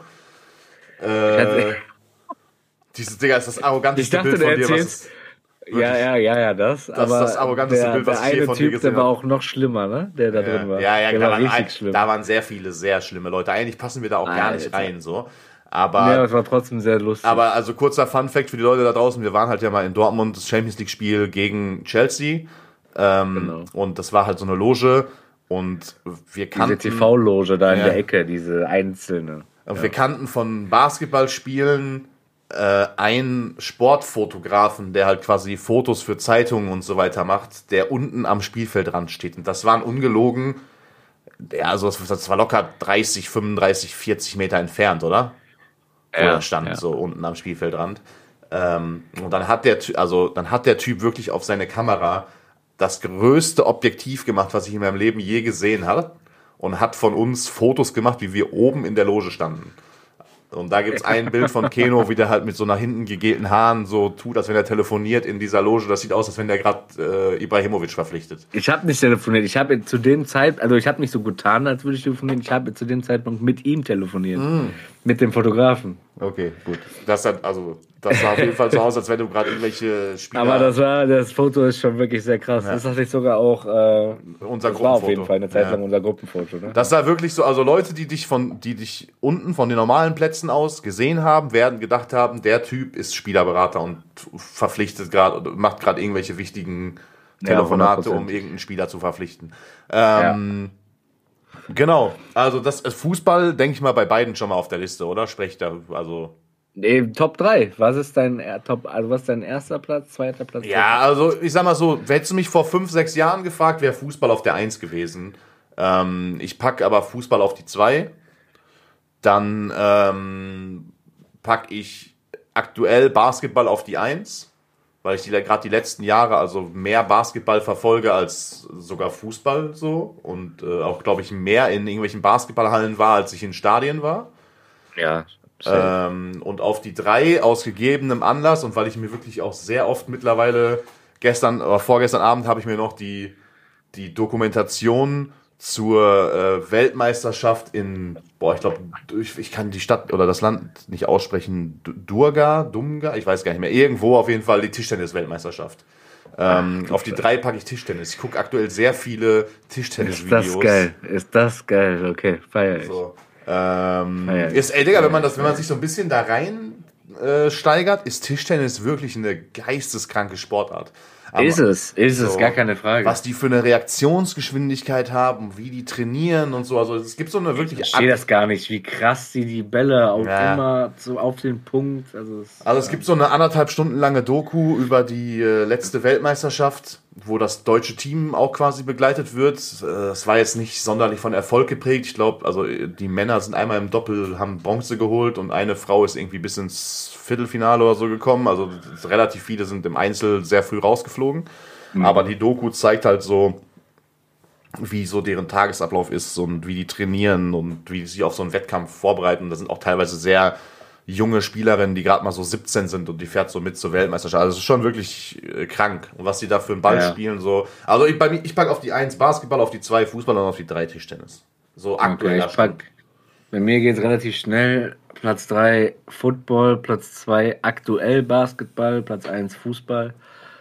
Dieses Digga ist das arroganteste Bild von dir, was Ja, das. Das aber ist das arroganteste Bild, was ich je von dir gesehen der war habe. auch noch schlimmer, ne? Der da drin war. Ja, der war richtig schlimm. da waren sehr viele sehr schlimme Leute. Eigentlich passen wir da auch gar nicht rein, so. Ja, Aber, es war trotzdem sehr lustig. aber also kurzer Funfact für die Leute da draußen, wir waren halt ja mal in Dortmund, das Champions League Spiel gegen Chelsea. Genau. Und das war halt so eine Loge und wir kannten... Diese TV-Loge da in Ja. der Ecke, diese einzelne. Und wir kannten von Basketballspielen einen Sportfotografen, der halt quasi Fotos für Zeitungen und so weiter macht, der unten am Spielfeldrand steht. Und das waren ungelogen, also das war locker 30, 35, 40 Meter entfernt, oder? Wo er stand, so unten am Spielfeldrand. Und dann hat der Typ wirklich auf seine Kamera das größte Objektiv gemacht, was ich in meinem Leben je gesehen habe. Und hat von uns Fotos gemacht, wie wir oben in der Loge standen. Und da gibt es ein Bild von Keno, wie der halt mit so nach hinten gegelten Haaren so tut, als wenn er telefoniert in dieser Loge. Das sieht aus, als wenn der gerade Ibrahimovic verpflichtet. Ich habe nicht telefoniert. Ich habe nicht so getan, als würde ich telefonieren. Ich habe zu dem Zeitpunkt mit ihm telefoniert. Mit dem Fotografen. Okay, gut. Das sah auf jeden Fall so aus, als wenn du gerade irgendwelche Spieler... Aber das Foto ist schon wirklich sehr krass. Ja. Das hatte ich sogar auch... unser das war auf Gruppenfoto. jeden Fall eine Zeit lang unser Gruppenfoto. Ne? Das sah wirklich so, also Leute, die dich unten von den normalen Plätzen aus gesehen haben, werden gedacht haben, der Typ ist Spielerberater und verpflichtet gerade, macht gerade irgendwelche wichtigen Telefonate, 100%. um irgendeinen Spieler zu verpflichten. Genau, also das Fußball, denke ich mal, bei beiden schon mal auf der Liste, oder? Sprecht da, also... Nee, Top 3. Was ist dein erster Platz, zweiter Platz? Ja, also ich sag mal so, hättest du mich vor 5, 6 Jahren gefragt, wäre Fußball auf der 1 gewesen. Ich packe aber Fußball auf die 2. Dann packe ich aktuell Basketball auf die 1, weil ich gerade die letzten Jahre also mehr Basketball verfolge als sogar Fußball so und auch, glaube ich, mehr in irgendwelchen Basketballhallen war, als ich in Stadien war. Ja. Und auf die 3 aus gegebenem Anlass und weil ich mir wirklich auch sehr oft mittlerweile vorgestern Abend habe ich mir noch die Dokumentation zur Weltmeisterschaft in, ich glaube, ich kann die Stadt oder das Land nicht aussprechen, Dumga, ich weiß gar nicht mehr, irgendwo auf jeden Fall die Tischtennis-Weltmeisterschaft. Auf die 3 packe ich Tischtennis. Ich gucke aktuell sehr viele Tischtennis-Videos. Ist das geil, okay, feier ich. So. Digga, wenn man sich so ein bisschen da rein steigert, ist Tischtennis wirklich eine geisteskranke Sportart. Aber ist es, gar keine Frage. Was die für eine Reaktionsgeschwindigkeit haben, wie die trainieren und so. Also es gibt so eine wirklich... Ich verstehe das gar nicht, wie krass die Bälle auch immer so auf den Punkt... Also es gibt so eine 1,5 Stunden lange Doku über die letzte Weltmeisterschaft, wo das deutsche Team auch quasi begleitet wird. Es war jetzt nicht sonderlich von Erfolg geprägt. Ich glaube, also die Männer sind einmal im Doppel, haben Bronze geholt und eine Frau ist irgendwie bis ins Viertelfinale oder so gekommen. Also relativ viele sind im Einzel sehr früh rausgeflogen. Aber die Doku zeigt halt so, wie so deren Tagesablauf ist und wie die trainieren und wie die sich auf so einen Wettkampf vorbereiten. Da sind auch teilweise sehr junge Spielerinnen, die gerade mal so 17 sind und die fährt so mit zur Weltmeisterschaft. Also es ist schon wirklich krank. Und was die da für einen Ball spielen, so. Also ich packe auf die 1 Basketball, auf die 2 Fußball und auf die 3 Tischtennis. So aktuell. Bei mir geht es relativ schnell. Platz 3 Football, Platz 2 aktuell Basketball, Platz 1 Fußball.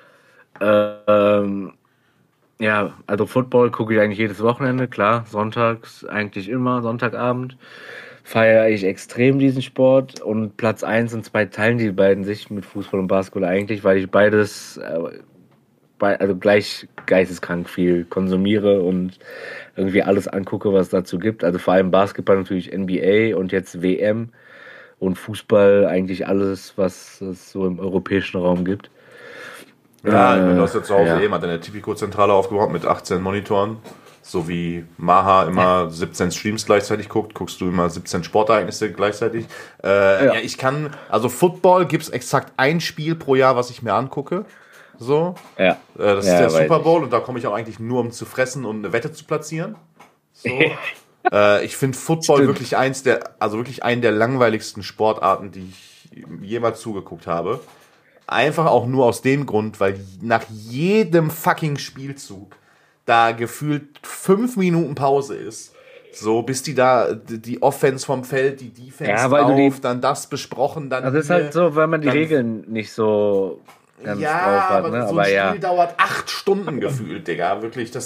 Ja, also Football gucke ich eigentlich jedes Wochenende, klar. Sonntags eigentlich immer, Sonntagabend. Feiere ich extrem diesen Sport. Und Platz 1 und 2 teilen die beiden sich mit Fußball und Basketball eigentlich, weil ich beides gleich geisteskrank viel konsumiere und irgendwie alles angucke, was es dazu gibt. Also vor allem Basketball natürlich NBA und jetzt WM und Fußball eigentlich alles, was es so im europäischen Raum gibt. Ja, du hast ja zu Hause mal deine Tipico-Zentrale aufgebaut mit 18 Monitoren. So wie Maha immer 17 Streams gleichzeitig guckst du immer 17 Sportereignisse gleichzeitig. Ich kann, also Football gibt es exakt ein Spiel pro Jahr, was ich mir angucke. So. Ja. Das ist der Super Bowl und da komme ich auch eigentlich nur, um zu fressen und eine Wette zu platzieren. So. Ich finde Football wirklich wirklich einen der langweiligsten Sportarten, die ich jemals zugeguckt habe. Einfach auch nur aus dem Grund, weil nach jedem fucking Spielzug da gefühlt 5 Minuten Pause ist. So, bis die Offense vom Feld, die Defense dann das besprochen, dann. Also ist halt so, weil man die Regeln nicht so ganz drauf hat. Ne? So ein Spiel dauert 8 Stunden gefühlt, Digga. Wirklich, das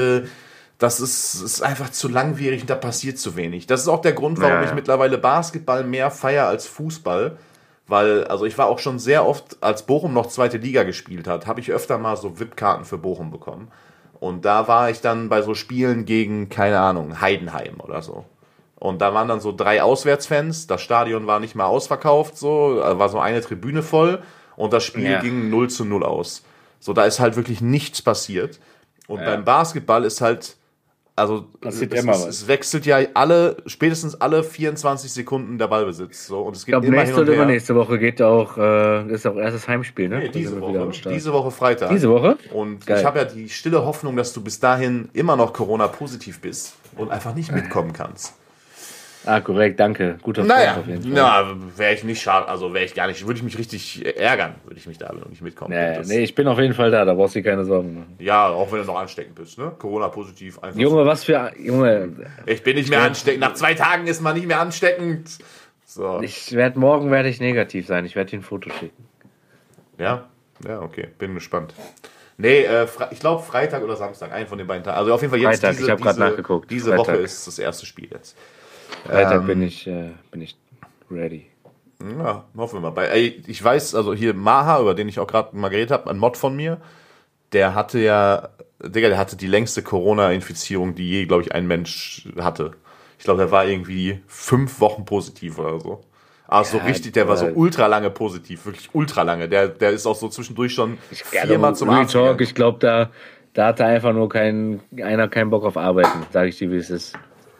ist einfach zu langwierig und da passiert zu wenig. Das ist auch der Grund, warum ich mittlerweile Basketball mehr feiere als Fußball. Weil, also ich war auch schon sehr oft, als Bochum noch 2. Liga gespielt hat, habe ich öfter mal so VIP-Karten für Bochum bekommen. Und da war ich dann bei so Spielen gegen, keine Ahnung, Heidenheim oder so. Und da waren dann so 3 Auswärtsfans, das Stadion war nicht mal ausverkauft, so, war so eine Tribüne voll und das Spiel ging 0:0 aus. So, da ist halt wirklich nichts passiert. Und beim Basketball ist halt, also es wechselt ja spätestens alle 24 Sekunden der Ballbesitz. So, und es geht immer hin und her. Nächste Woche geht auch, ist auch erstes Heimspiel, ne? Nee, diese Woche Freitag. Diese Woche? Und ich habe ja die stille Hoffnung, dass du bis dahin immer noch Corona-positiv bist und einfach nicht mitkommen kannst. Korrekt, danke. Guter Freund auf jeden Fall. Wäre ich nicht schade, also wäre ich gar nicht, würde ich mich richtig ärgern, würde ich mich da nicht mitkommen. Nee, ich bin auf jeden Fall da brauchst du dir keine Sorgen machen. Ja, auch wenn du noch ansteckend bist, ne? Corona-positiv einfach. Junge, Ich bin nicht mehr ansteckend. Nach 2 Tagen ist man nicht mehr ansteckend. So. Morgen werde ich negativ sein. Ich werde dir ein Foto schicken. Ja, okay. Bin gespannt. Nee, ich glaube Freitag oder Samstag, einen von den beiden Tagen. Also auf jeden Fall jetzt Freitag, ich habe gerade nachgeguckt. Diese Freitag. Woche ist das erste Spiel jetzt. Freitag bin ich ready. Ja, hoffen wir mal. Ich weiß, also hier Maha, über den ich auch gerade mal geredet habe, ein Mod von mir, der hatte die längste Corona-Infizierung, die je, glaube ich, ein Mensch hatte. Ich glaube, der war irgendwie 5 Wochen positiv oder so. Also so richtig, der war so ultra lange positiv, wirklich ultra lange. Der ist auch so zwischendurch schon 4-mal zum Arzt gegangen. Ich glaube, da hatte einfach nur keinen Bock auf Arbeiten, sage ich dir, wie es ist.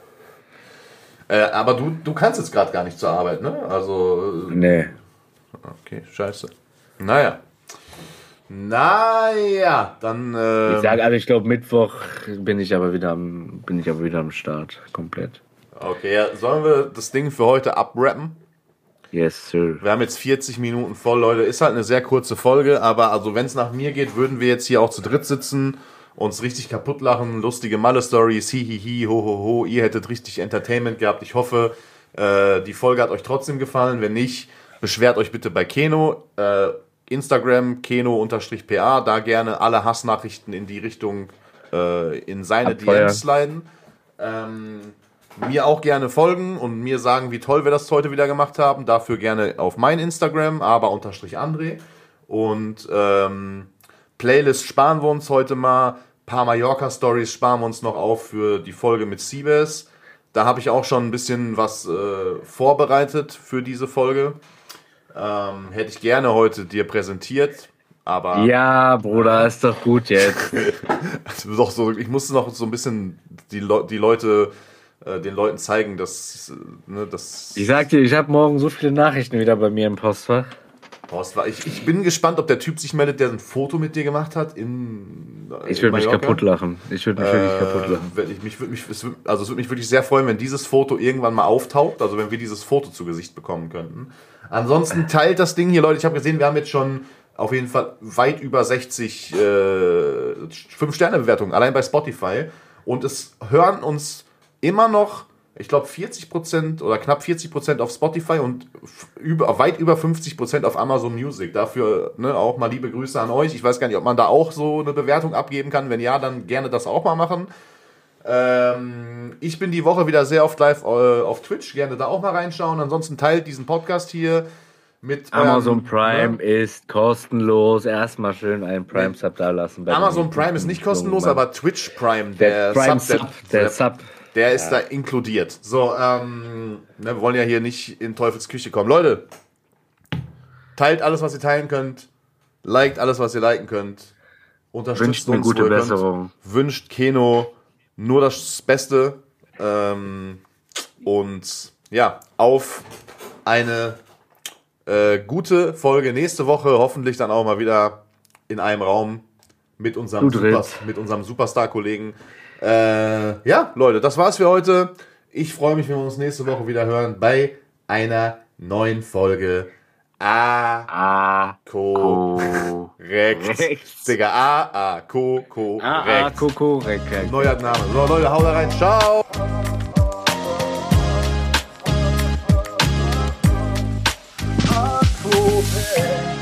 Aber du kannst jetzt gerade gar nicht zur Arbeit, ne? Also. Nee. Okay, scheiße. Naja, dann. Ich glaube, Mittwoch bin ich aber wieder am Start, komplett. Okay, ja, sollen wir das Ding für heute abrappen? Yes, sir. Wir haben jetzt 40 Minuten voll, Leute. Ist halt eine sehr kurze Folge, aber also wenn es nach mir geht, würden wir jetzt hier auch zu dritt sitzen, uns richtig kaputt lachen, lustige Malle-Stories, hihihi, ho, ho, ho. Ihr hättet richtig Entertainment gehabt. Ich hoffe, die Folge hat euch trotzdem gefallen. Wenn nicht, beschwert euch bitte bei Keno. Instagram, Keno_PA. Da gerne alle Hassnachrichten in die Richtung in seine DMs sliden. Mir auch gerne folgen und mir sagen, wie toll wir das heute wieder gemacht haben. Dafür gerne auf mein Instagram, aber_André. Und Playlist sparen wir uns heute mal. Paar Mallorca-Stories sparen wir uns noch auf für die Folge mit Siebes. Da habe ich auch schon ein bisschen was vorbereitet für diese Folge. Hätte ich gerne heute dir präsentiert. Aber ja, Bruder, ist doch gut jetzt. Ich musste noch so ein bisschen den Leuten zeigen, dass. Ich sag dir, ich habe morgen so viele Nachrichten wieder bei mir im Postfach. Ich bin gespannt, ob der Typ sich meldet, der ein Foto mit dir gemacht hat. Ich würde mich kaputt lachen. Es würde mich wirklich sehr freuen, wenn dieses Foto irgendwann mal auftaucht. Also wenn wir dieses Foto zu Gesicht bekommen könnten. Ansonsten teilt das Ding hier, Leute. Ich habe gesehen, wir haben jetzt schon auf jeden Fall weit über 60 5-Sterne-Bewertungen, allein bei Spotify. Und es hören uns immer noch, ich glaube 40% oder knapp 40% auf Spotify und weit über 50% auf Amazon Music. Dafür auch mal liebe Grüße an euch. Ich weiß gar nicht, ob man da auch so eine Bewertung abgeben kann. Wenn ja, dann gerne das auch mal machen. Ich bin die Woche wieder sehr oft live auf Twitch. Gerne da auch mal reinschauen. Ansonsten teilt diesen Podcast hier mit Amazon Prime ist kostenlos. Erstmal schön einen Prime-Sub da lassen. Amazon Prime ist nicht kostenlos, aber Twitch Prime, der Sub. Der ist da inkludiert. So, wir wollen ja hier nicht in Teufels Küche kommen. Leute, teilt alles, was ihr teilen könnt. Liked alles, was ihr liken könnt. Unterstützt Wünscht uns, eine gute Besserung. Wünscht Keno nur das Beste. Und ja, auf eine gute Folge nächste Woche. Hoffentlich dann auch mal wieder in einem Raum mit unserem Superstar-Kollegen. Ja, Leute, das war's für heute. Ich freue mich, wenn wir uns nächste Woche wieder hören bei einer neuen Folge Korrekt. Digga, korrekt. Neuer Name. So, Leute, haut da rein. Ciao. Korrekt.